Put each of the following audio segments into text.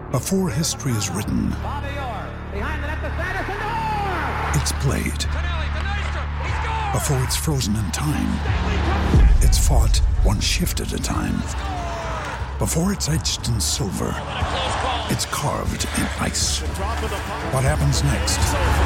Before history is written, it's played. Before it's frozen in time, it's fought one shift at a time. Before it's etched in silver, it's carved in ice. What happens next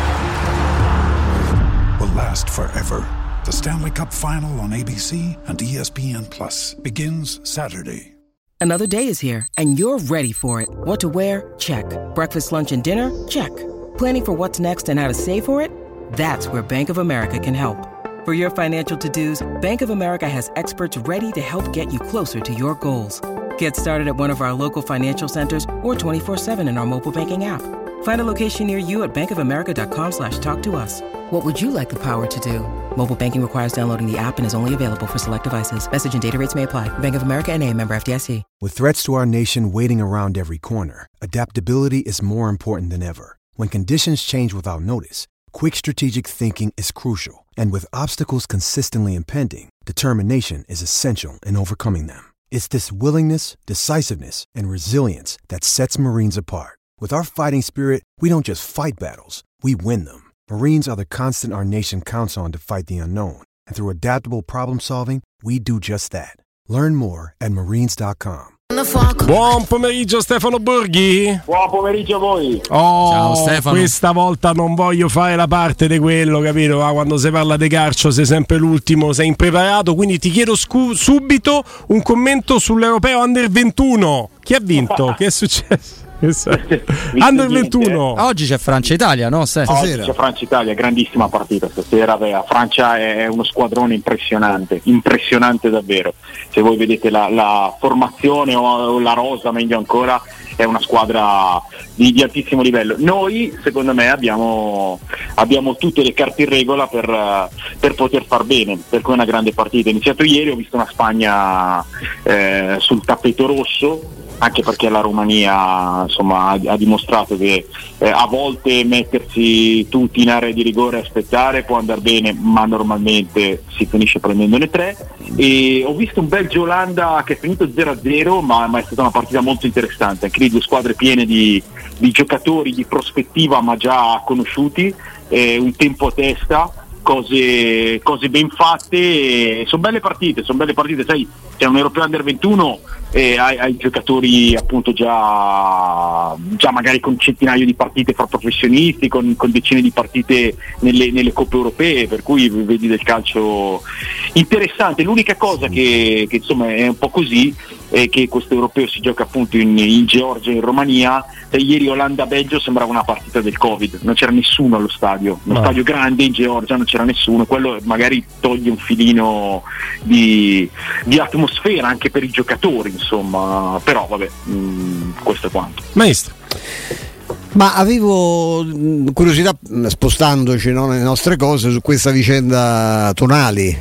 will last forever. The Stanley Cup Final on ABC and ESPN Plus begins Saturday. Another day is here, and you're ready for it. What to wear? Check. Breakfast, lunch, and dinner? Check. Planning for what's next and how to save for it? That's where Bank of America can help. For your financial to-dos, Bank of America has experts ready to help get you closer to your goals. Get started at one of our local financial centers or 24/7 in our mobile banking app. Find a location near you at bankofamerica.com/talktous. What would you like the power to do? Mobile banking requires downloading the app and is only available for select devices. Message and data rates may apply. Bank of America NA, member FDIC. With threats to our nation waiting around every corner, adaptability is more important than ever. When conditions change without notice, quick strategic thinking is crucial. And with obstacles consistently impending, determination is essential in overcoming them. It's this willingness, decisiveness, and resilience that sets Marines apart. With our fighting spirit, we don't just fight battles, we win them. Marines are the constant our nation counts on to fight the unknown. And through adaptable problem solving, we do just that. Learn more at marines.com. Buon pomeriggio Stefano Borghi. Buon pomeriggio a voi. Ciao Stefano. Questa volta non voglio fare la parte di quello, capito? Ma quando si parla di calcio sei sempre l'ultimo, sei impreparato, quindi ti chiedo subito un commento sull'Europeo Under 21. Chi ha vinto? Che è successo? Under 21. Oggi c'è Francia-Italia, no? Oggi c'è Francia-Italia, grandissima partita stasera. La Francia è uno squadrone impressionante davvero. Se voi vedete la formazione o la rosa, meglio ancora, è una squadra di altissimo livello. Noi, secondo me, abbiamo tutte le carte in regola per poter far bene, per cui è una grande partita. È iniziato ieri, ho visto una Spagna sul tappeto rosso, anche perché la Romania insomma ha dimostrato che a volte mettersi tutti in area di rigore e aspettare può andare bene, ma normalmente si finisce prendendone 3. E ho visto un Belgio-Olanda che è finito 0-0, ma è stata una partita molto interessante, anche lì due squadre piene di giocatori di prospettiva ma già conosciuti, un tempo a testa, cose ben fatte. Sono belle partite, sai, c'è un Europeo Under 21 e hai giocatori appunto già magari con centinaio di partite fra professionisti, con decine di partite nelle coppe europee, per cui vedi del calcio interessante. L'unica cosa che insomma è un po' così è che questo europeo si gioca appunto in Georgia e in Romania. Ieri Olanda-Belgio sembrava una partita del Covid, non c'era nessuno allo stadio, stadio grande in Georgia, non c'era nessuno, quello magari toglie un filino di atmosfera anche per i giocatori, insomma, però vabbè, questo è quanto. Maestro. Ma avevo curiosità, spostandoci nelle nostre cose, su questa vicenda Tonali,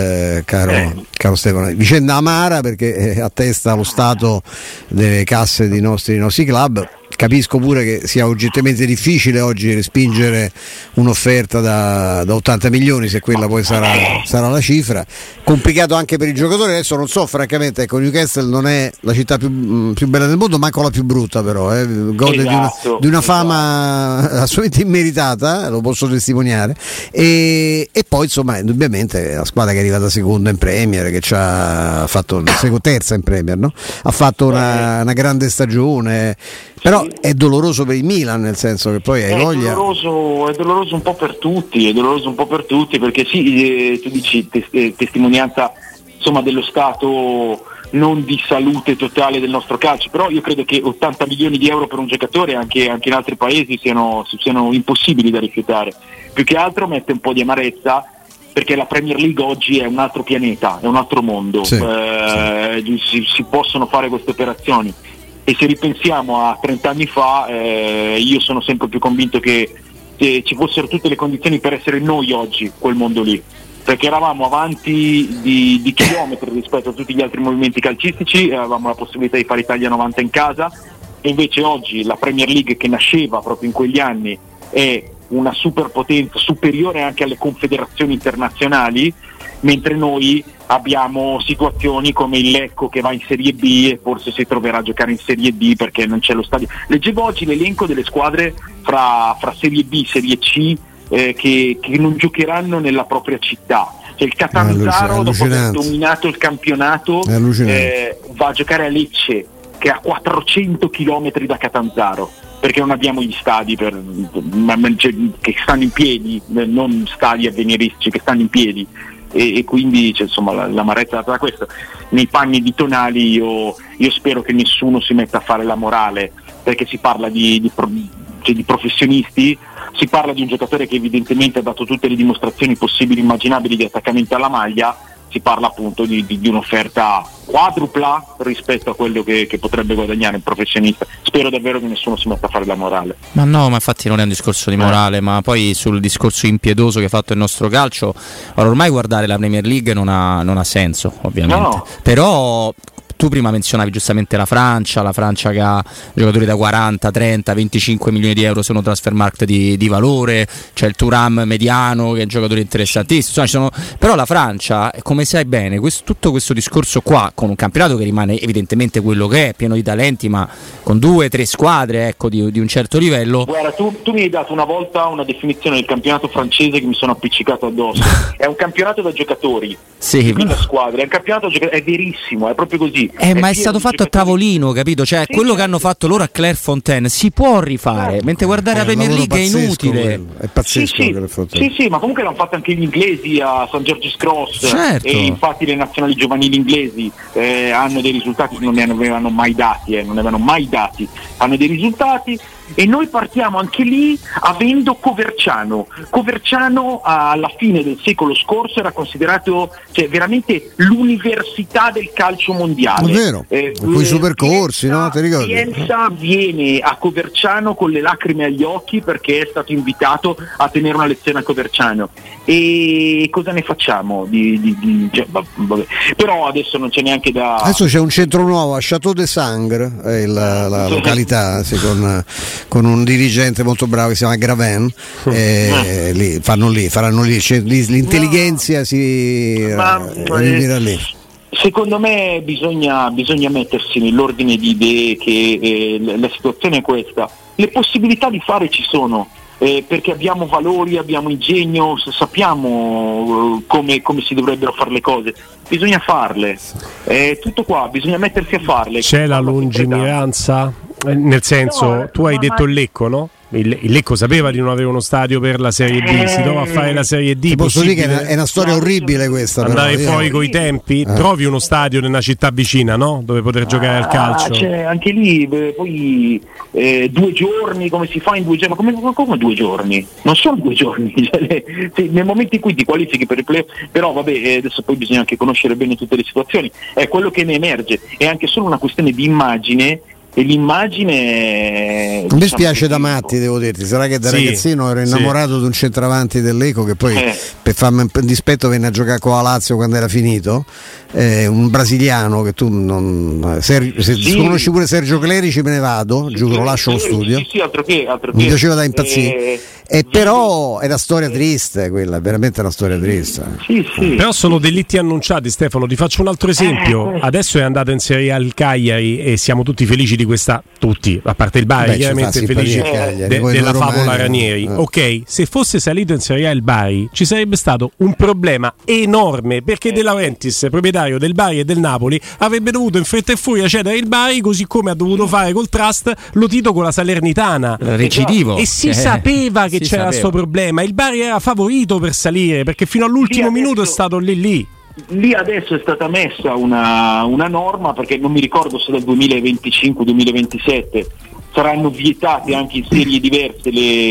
caro Stefano, vicenda amara perché attesta lo stato delle casse dei nostri club. Capisco pure che sia oggettivamente difficile oggi respingere un'offerta da 80 milioni, se quella poi sarà la cifra. Complicato anche per i giocatori. Adesso non so, francamente, ecco, Newcastle non è la città più bella del mondo, manco la più brutta, però gode di una fama assolutamente immeritata, lo posso testimoniare. E poi insomma, indubbiamente la squadra che è arrivata seconda in Premier, che ci ha fatto terza in Premier, no? Ha fatto una grande stagione. Però è doloroso per il Milan, nel senso che poi hai voglia. È doloroso un po' per tutti, perché sì, tu dici testimonianza insomma dello stato non di salute totale del nostro calcio, però io credo che 80 milioni di euro per un giocatore anche in altri paesi siano impossibili da rifiutare. Più che altro mette un po' di amarezza, perché la Premier League oggi è un altro pianeta, è un altro mondo, sì. Si possono fare queste operazioni. E se ripensiamo a 30 anni fa, io sono sempre più convinto che ci fossero tutte le condizioni per essere noi oggi quel mondo lì, perché eravamo avanti di chilometri rispetto a tutti gli altri movimenti calcistici, avevamo la possibilità di fare Italia 90 in casa, e invece oggi la Premier League, che nasceva proprio in quegli anni, è una superpotenza superiore anche alle confederazioni internazionali, mentre noi abbiamo situazioni come il Lecco che va in Serie B e forse si troverà a giocare in Serie D perché non c'è lo stadio. Leggevo oggi l'elenco delle squadre fra Serie B e Serie C che non giocheranno nella propria città. Cioè il Catanzaro, dopo aver dominato il campionato, va a giocare a Lecce, che è a 400 km da Catanzaro, perché non abbiamo gli stadi che stanno in piedi, non stadi avveniristici che stanno in piedi, e quindi insomma l'amarezza da questo. Nei panni di Tonali io spero che nessuno si metta a fare la morale, perché si parla di professionisti, si parla di un giocatore che evidentemente ha dato tutte le dimostrazioni possibili e immaginabili di attaccamento alla maglia, si parla appunto di un'offerta quadrupla rispetto a quello che potrebbe guadagnare un professionista. Spero davvero che nessuno si metta a fare la morale. Ma no, ma infatti non è un discorso di morale, ma poi sul discorso impiedoso che ha fatto il nostro calcio, ormai guardare la Premier League non ha senso, ovviamente. No. Però tu prima menzionavi giustamente la Francia che ha giocatori da 40, 30, 25 milioni di euro sono Transfermarkt di valore, c'è il Thuram mediano che è un giocatore interessantissimo, insomma, però la Francia, come sai bene, tutto questo discorso qua, con un campionato che rimane evidentemente quello che è, pieno di talenti, ma con 2-3 squadre di un certo livello. Guarda, tu mi hai dato una volta una definizione del campionato francese che mi sono appiccicato addosso. È un campionato da giocatori, da squadre, è un campionato è verissimo, è proprio così. Ma è stato fatto a tavolino, capito? Cioè quello che hanno fatto loro a Clairefontaine si può rifare, mentre guardare la Premier League è inutile. È pazzesco. Sì, ma comunque l'hanno fatto anche gli inglesi a St. George's Cross, certo. E infatti le nazionali giovanili inglesi hanno dei risultati che non ne avevano mai dati, hanno dei risultati. E noi partiamo anche lì avendo Coverciano alla fine del secolo scorso era considerato veramente l'università del calcio mondiale. È vero, con i supercorsi, no? Ti ricordi? Bielsa viene a Coverciano con le lacrime agli occhi perché è stato invitato a tenere una lezione a Coverciano. E cosa ne facciamo? Vabbè. Però adesso non c'è neanche da... Adesso c'è un centro nuovo a Château de Sangre, la località, con un dirigente molto bravo che si chiama Graven, faranno lì l'intelligenza si riunirà lì. Secondo me bisogna mettersi nell'ordine di idee che la situazione è questa. Le possibilità di fare ci sono, perché abbiamo valori, abbiamo ingegno, sappiamo come si dovrebbero fare le cose. Bisogna farle, tutto qua, bisogna mettersi a farle. C'è la lungimiranza? Nel senso, tu hai detto il Lecco, no? Il Lecco sapeva di non avere uno stadio per la Serie D, si trova a fare la Serie D. Ti posso dire che è una storia orribile questa. Andare fuori coi tempi, trovi uno stadio nella città vicina, no? Dove poter giocare al calcio. Anche lì, poi 2 giorni, come si fa in 2 giorni? Come 2 giorni? Non sono 2 giorni. Nel momento in cui ti qualifichi per il play, però vabbè, adesso poi bisogna anche conoscere bene tutte le situazioni. È quello che ne emerge, è anche solo una questione di immagine. E l'immagine mi spiace da matti, devo dirti, sarà che da ragazzino ero innamorato di un centravanti dell'Eco che poi per farmi un dispetto venne a giocare con la Lazio quando era finito, un brasiliano che tu non se conosci pure Sergio Clerici me ne vado, giuro, lo lascio lo studio. Altro che. Mi piaceva da impazzire. Però è una storia triste quella, veramente una storia triste. Però sono delitti annunciati, Stefano. Ti faccio un altro esempio. Adesso è andato in Serie A il Cagliari e siamo tutti felici di questa, tutti, a parte il Bari, chiaramente felici della favola Ranieri. Ok, se fosse salito in Serie A il Bari ci sarebbe stato un problema enorme, perché De Laurentiis, proprietario del Bari e del Napoli, avrebbe dovuto in fretta e furia cedere il Bari, così come ha dovuto fare col Trust lo Tito con la Salernitana, recidivo, e si sapeva che c'era questo problema. Il Bari era favorito per salire perché fino all'ultimo minuto è stato lì. Lì adesso è stata messa una norma, perché non mi ricordo se dal 2025-2027 saranno vietate anche in serie diverse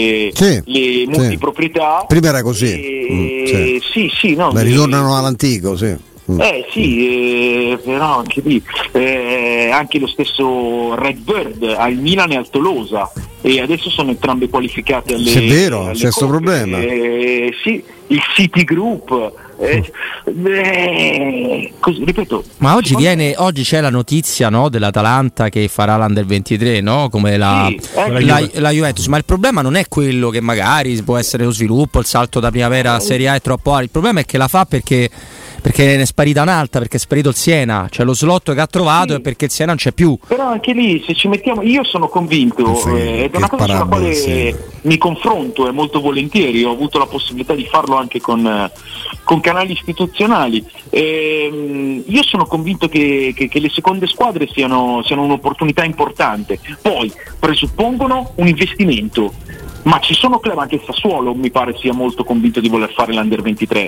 le multiproprietà. Prima era così. Ritornano all'antico, però anche lì anche lo stesso Redbird al Milan e al Tolosa, e adesso sono entrambe qualificate alle. È vero, c'è questo problema. Il City Group, Così, ripeto. Ma oggi c'è la notizia, no, dell'Atalanta che farà l'Under 23, no? Come la Juventus. Ma il problema non è quello che magari può essere lo sviluppo, il salto da primavera a Serie A è troppo alto. Il problema è che la fa perché ne è sparita un'altra, perché è sparito il Siena, cioè lo slot che ha trovato è perché il Siena non c'è più. Però anche lì, se ci mettiamo, io sono convinto, è una cosa sulla quale mi confronto molto volentieri, ho avuto la possibilità di farlo anche con canali istituzionali. Io sono convinto che le seconde squadre siano un'opportunità importante, poi presuppongono un investimento. Ma ci sono club, anche il Sassuolo mi pare sia molto convinto di voler fare l'Under 23.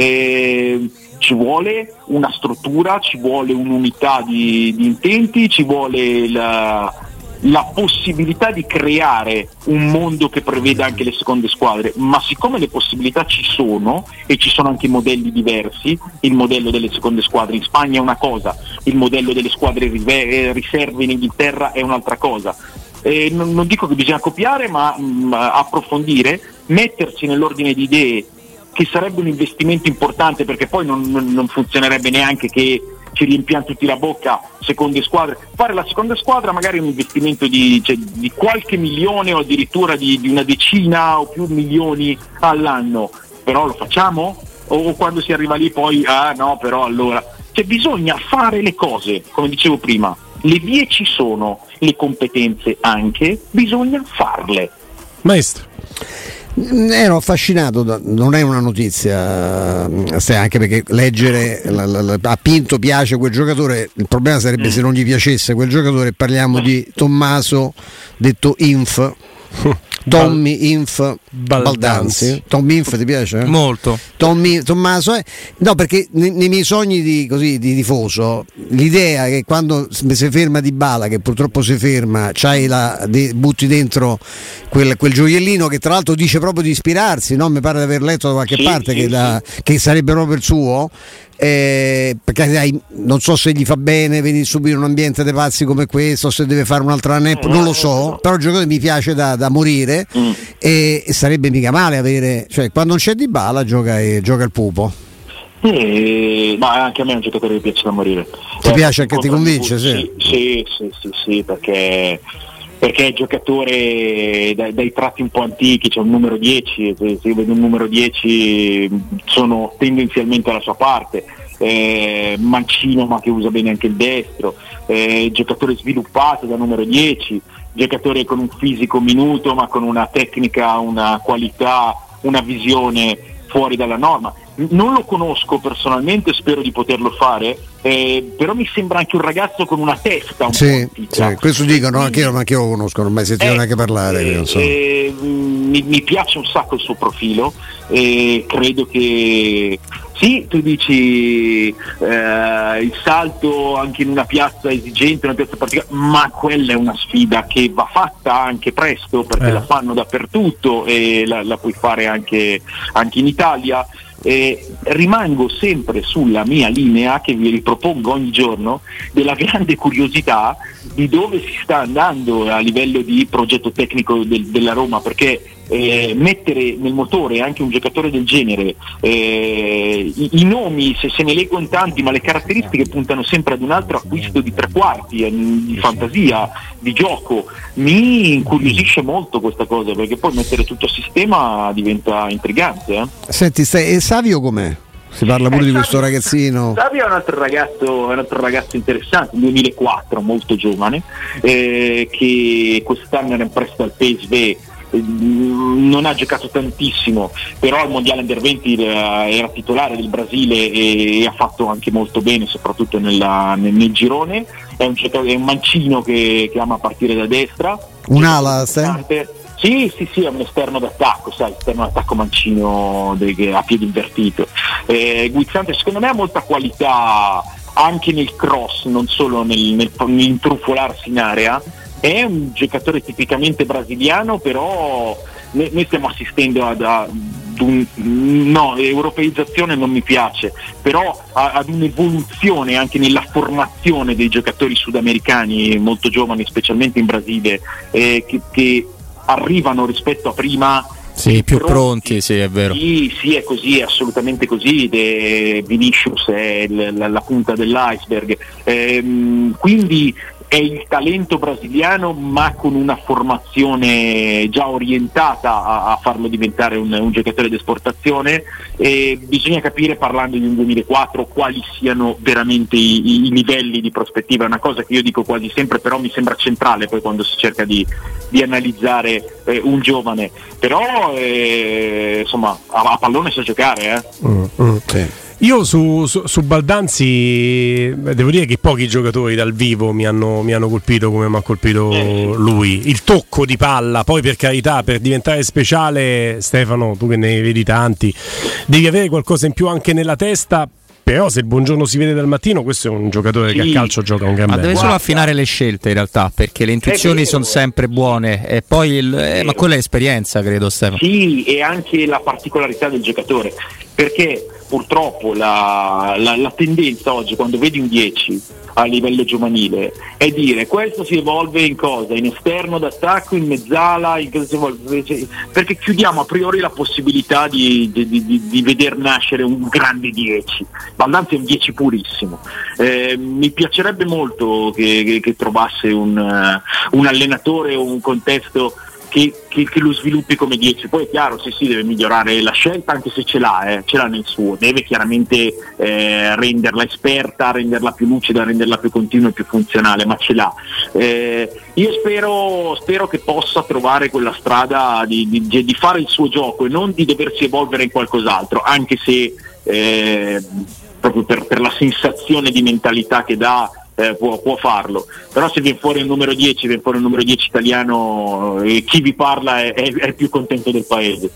Ci vuole una struttura, ci vuole un'unità di intenti, ci vuole la possibilità di creare un mondo che preveda anche le seconde squadre, ma siccome le possibilità ci sono e ci sono anche modelli diversi, il modello delle seconde squadre in Spagna è una cosa, il modello delle squadre riserve in Inghilterra è un'altra cosa. Non dico che bisogna copiare, ma approfondire, mettersi nell'ordine di idee, che sarebbe un investimento importante, perché poi non funzionerebbe neanche che ci riempiamo tutti la bocca seconde squadre. Fare la seconda squadra magari è un investimento di qualche milione o addirittura di una decina o più milioni all'anno, però lo facciamo? O quando si arriva lì poi no, però allora bisogna fare le cose, come dicevo prima. Le vie ci sono, le competenze anche, bisogna farle. Maestro. Ero affascinato, non è una notizia, anche perché leggere a Pinto piace quel giocatore, il problema sarebbe se non gli piacesse quel giocatore. Parliamo di Tommaso, detto Inf, Tommy Inf Baldanzi. Tommy Inf ti piace? Molto. Tommaso no, perché nei miei sogni di tifoso, l'idea che quando si ferma Dybala, che purtroppo si ferma, butti dentro quel gioiellino che tra l'altro dice proprio di ispirarsi, no? Mi pare di aver letto da qualche parte che sarebbe proprio il suo. Perché non so se gli fa bene venire subire un ambiente dei pazzi come questo, se deve fare un'altra non lo so, però il giocatore mi piace da morire e sarebbe mica male avere, cioè quando non c'è Dybala gioca il pupo. Ma anche a me è un giocatore che piace da morire. Ti piace anche, ti convince? Sì, perché il giocatore dai tratti un po' antichi, c'è un numero 10, se io vedo un numero 10 sono tendenzialmente alla sua parte, mancino ma che usa bene anche il destro, giocatore sviluppato da numero 10, giocatore con un fisico minuto ma con una tecnica, una qualità, una visione fuori dalla norma. Non lo conosco personalmente, spero di poterlo fare, però mi sembra anche un ragazzo con una testa un po' antica. Sì, questo dicono, anche io lo conosco, non mai sentito neanche parlare. Non so. Mi piace un sacco il suo profilo, credo che sì, tu dici il salto anche in una piazza esigente, una piazza particolare, ma quella è una sfida che va fatta anche presto, perché la fanno dappertutto e la puoi fare anche in Italia. Rimango sempre sulla mia linea che vi ripropongo ogni giorno, della grande curiosità di dove si sta andando a livello di progetto tecnico della Roma, perché mettere nel motore anche un giocatore del genere, i nomi se ne leggo in tanti, ma le caratteristiche puntano sempre ad un altro acquisto di tre quarti, di fantasia, di gioco. Mi incuriosisce molto questa cosa, perché poi mettere tutto a sistema diventa intrigante. Senti, e Savio com'è? Si parla pure di questo ragazzino. Savio è un altro ragazzo interessante, 2004, molto giovane, che quest'anno era in prestito al PSV. Non ha giocato tantissimo, però al mondiale Under 20 era titolare del Brasile e ha fatto anche molto bene, soprattutto nel girone. È un mancino che ama partire da destra, un'ala Sì, è un esterno d'attacco, esterno d'attacco mancino a piede invertito. Guizzante secondo me ha molta qualità anche nel cross, non solo nell'intrufolarsi in area. È un giocatore tipicamente brasiliano, però noi stiamo assistendo europeizzazione non mi piace, però ad un'evoluzione anche nella formazione dei giocatori sudamericani molto giovani, specialmente in Brasile, che arrivano rispetto a prima più pronti, sì, è vero. Sì, è così, è assolutamente così. Vinicius è la punta dell'iceberg. Quindi è il talento brasiliano, ma con una formazione già orientata a farlo diventare un giocatore d'esportazione. Bisogna capire, parlando di un 2004, quali siano veramente i livelli di prospettiva. È una cosa che io dico quasi sempre, però mi sembra centrale poi quando si cerca di analizzare un giovane. Però insomma a pallone sa giocare. Sì. Io su Baldanzi devo dire che pochi giocatori dal vivo mi hanno colpito come mi ha colpito lui. Il tocco di palla, poi per carità, per diventare speciale, Stefano, tu che ne vedi tanti, devi avere qualcosa in più anche nella testa. Però se il Buongiorno si vede dal mattino, questo è un giocatore che a calcio gioca un gran bene. Ma deve solo affinare le scelte in realtà, perché le intuizioni sono sempre buone e poi ma quella è esperienza, credo, Stefano. Sì, e anche la particolarità del giocatore, perché purtroppo la tendenza oggi, quando vedi un 10 a livello giovanile, è dire questo si evolve in cosa? In esterno d'attacco, in mezzala, perché chiudiamo a priori la possibilità di veder nascere un grande 10. Baldanzi è un 10 purissimo. Mi piacerebbe molto che trovasse un allenatore o un contesto che lo sviluppi come 10. Poi è chiaro, sì, deve migliorare la scelta, anche se ce l'ha nel suo, deve chiaramente renderla esperta, renderla più lucida, renderla più continua e più funzionale, ma ce l'ha. Io spero che possa trovare quella strada di fare il suo gioco e non di doversi evolvere in qualcos'altro, anche se proprio per la sensazione di mentalità che dà può farlo. Però se viene fuori un numero 10, italiano, chi vi parla è più contento del paese.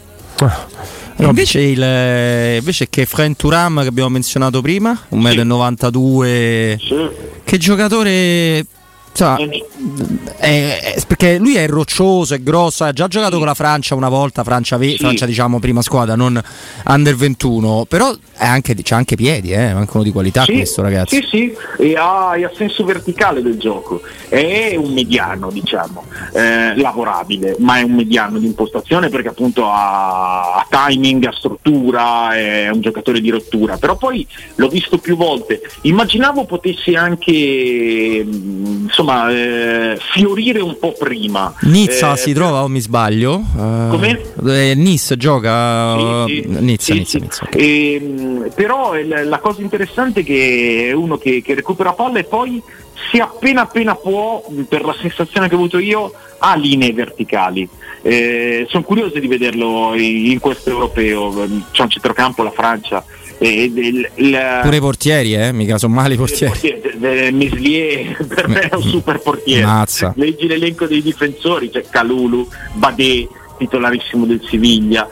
Invece che Fren Thuram, che abbiamo menzionato prima, 1,92 m, sì. Che giocatore, insomma, perché lui è roccioso, è grosso, ha già giocato con la Francia una volta, Francia diciamo prima squadra, non under 21, però c'ha anche piedi, anche uno di qualità, questo ragazzo. Sì, e ha senso verticale del gioco, è un mediano, diciamo, lavorabile, ma è un mediano di impostazione, perché appunto ha timing, ha struttura, è un giocatore di rottura. Però poi l'ho visto più volte, immaginavo potesse anche fiorire un po' prima. Nizza si trova, o mi sbaglio? Come? Nice gioca. Sì. Nizza. Okay. Però la cosa interessante è che è uno che recupera palla e poi, se appena può, per la sensazione che ho avuto io, ha linee verticali. Sono curioso di vederlo in questo europeo. C'è un centrocampo, la Francia. Pure i portieri, mica sono male i portieri. Meslier per me è un super portiere. Mazza. Leggi l'elenco dei difensori, c'è Kalulu, Badé, titolarissimo del Siviglia.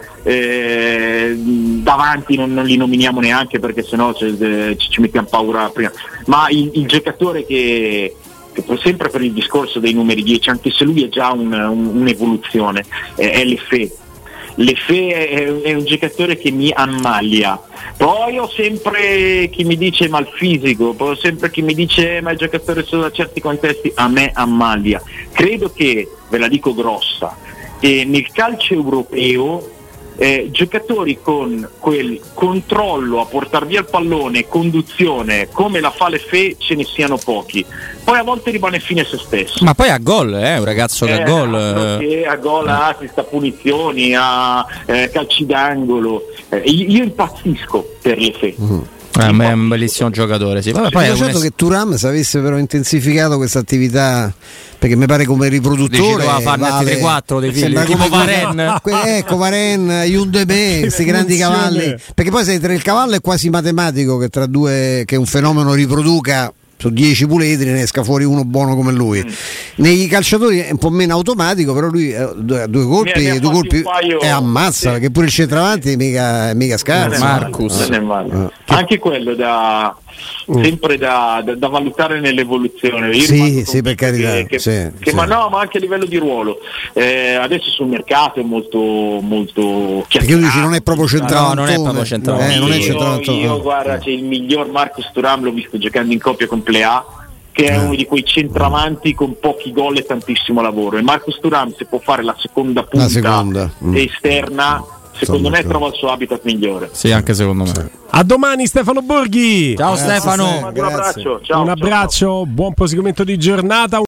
Davanti non li nominiamo neanche, perché sennò ci mettiamo paura prima. Ma il giocatore che sempre per il discorso dei numeri 10, anche se lui è già un'evoluzione, è Lefebvre è un giocatore che mi ammaglia. Poi ho sempre chi mi dice ma il fisico, poi ho sempre chi mi dice ma il giocatore solo da certi contesti, a me ammaglia. Credo che, ve la dico grossa, nel calcio europeo giocatori con quel controllo a portar via il pallone, conduzione come la fa Lefebvre, ce ne siano pochi. Poi a volte rimane fine a se stesso. Ma poi a gol, un ragazzo che a gol. Che a gol assista, punizioni, a calci d'angolo. Io impazzisco per Lefebvre. A me è un bellissimo giocatore, sì. Vabbè, poi è certo che Thuram, se avesse però intensificato questa attività, perché mi pare come riproduttore farne 3-4 dei figli, tipo Varenne. Ecco, Varenne, Yundeme, questi grandi cavalli, perché poi se tra il cavallo è quasi matematico che tra due, che un fenomeno riproduca su 10 puledri ne esca fuori uno buono come lui. Nei calciatori è un po' meno automatico, però lui due colpi e ammazza, perché pure il centravanti è mica scarso. Marcus. Anche quello sempre da valutare nell'evoluzione. Sì, per carità. Ma anche a livello di ruolo. Adesso sul mercato è molto perché lui dice non è proprio centrale. Non è proprio centrale. Io guarda, c'è il miglior Marcus Thuram, l'ho visto giocando in coppia con Plea. che è uno di quei centravanti con pochi gol e tantissimo lavoro, e Marcus Thuram, se può fare la seconda punta esterna, secondo me trova il suo habitat migliore. Sì, anche secondo me. A domani Stefano Borghi. Ciao Stefano. Un abbraccio, ciao, un abbraccio, buon proseguimento di giornata.